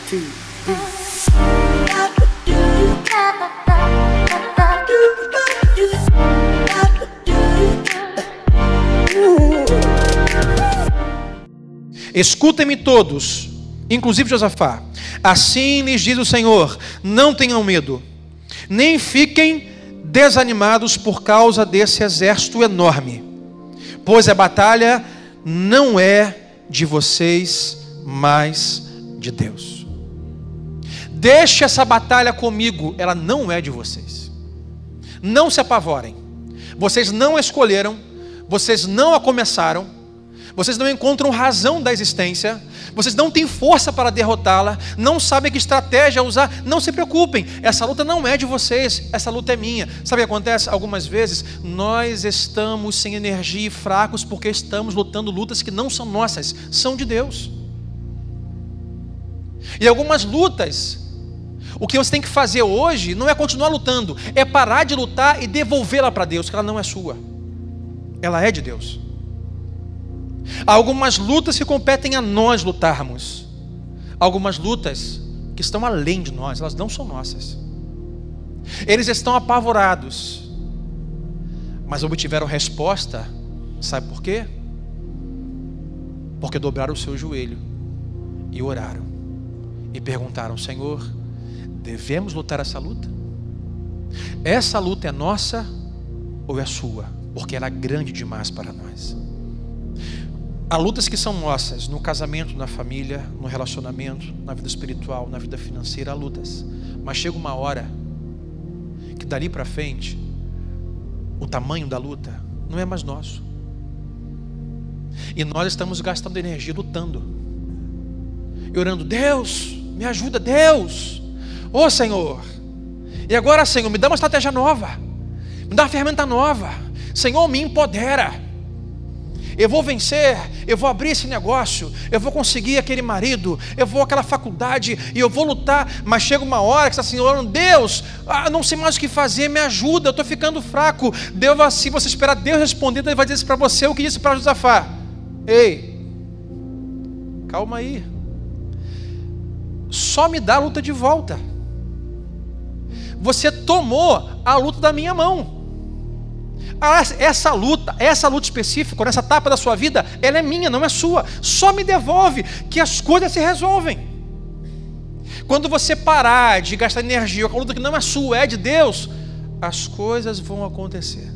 2, 3. Escutem-me todos, inclusive Josafá. Assim lhes diz o Senhor: não tenham medo, nem fiquem desanimados por causa desse exército enorme, pois a batalha não é de vocês, mas de Deus. Deixe essa batalha comigo, ela não é de vocês. Não se apavorem. Vocês não escolheram, vocês não a começaram, vocês não encontram razão da existência, vocês não têm força para derrotá-la, não sabem que estratégia usar. Não se preocupem, essa luta não é de vocês, essa luta é minha. Sabe o que acontece? Algumas vezes nós estamos sem energia e fracos porque estamos lutando lutas que não são nossas, são de Deus. E algumas lutas, o que você tem que fazer hoje não é continuar lutando, é parar de lutar e devolvê-la para Deus, que ela não é sua, ela é de Deus. Há algumas lutas que competem a nós lutarmos, algumas lutas que estão além de nós, elas não são nossas. Eles estão apavorados, mas obtiveram resposta. Sabe por quê? Porque dobraram o seu joelho e oraram e perguntaram: Senhor, devemos lutar essa luta? Essa luta é nossa ou é sua? Porque ela é grande demais para nós. Há lutas que são nossas, no casamento, na família, no relacionamento, na vida espiritual, na vida financeira, há lutas. Mas chega uma hora que dali para frente, o tamanho da luta não é mais nosso. E nós estamos gastando energia lutando. E orando: Deus, me ajuda, Deus. Ô Senhor. E agora, Senhor, me dá uma estratégia nova. Me dá uma ferramenta nova. Senhor, me empodera. Eu vou vencer, eu vou abrir esse negócio, eu vou conseguir aquele marido, eu vou àquela faculdade e eu vou lutar. Mas chega uma hora que você está assim, orando: Deus, não sei mais o que fazer, me ajuda, eu estou ficando fraco. Deus, assim, você esperar Deus responder, Ele vai dizer isso para você, o que disse para Josafá: ei, calma aí, só me dá a luta de volta. Você tomou a luta da minha mão. Essa luta específica, nessa etapa da sua vida, ela é minha, não é sua. Só me devolve, que as coisas se resolvem. Quando você parar de gastar energia com a luta que não é sua, é de Deus, as coisas vão acontecer.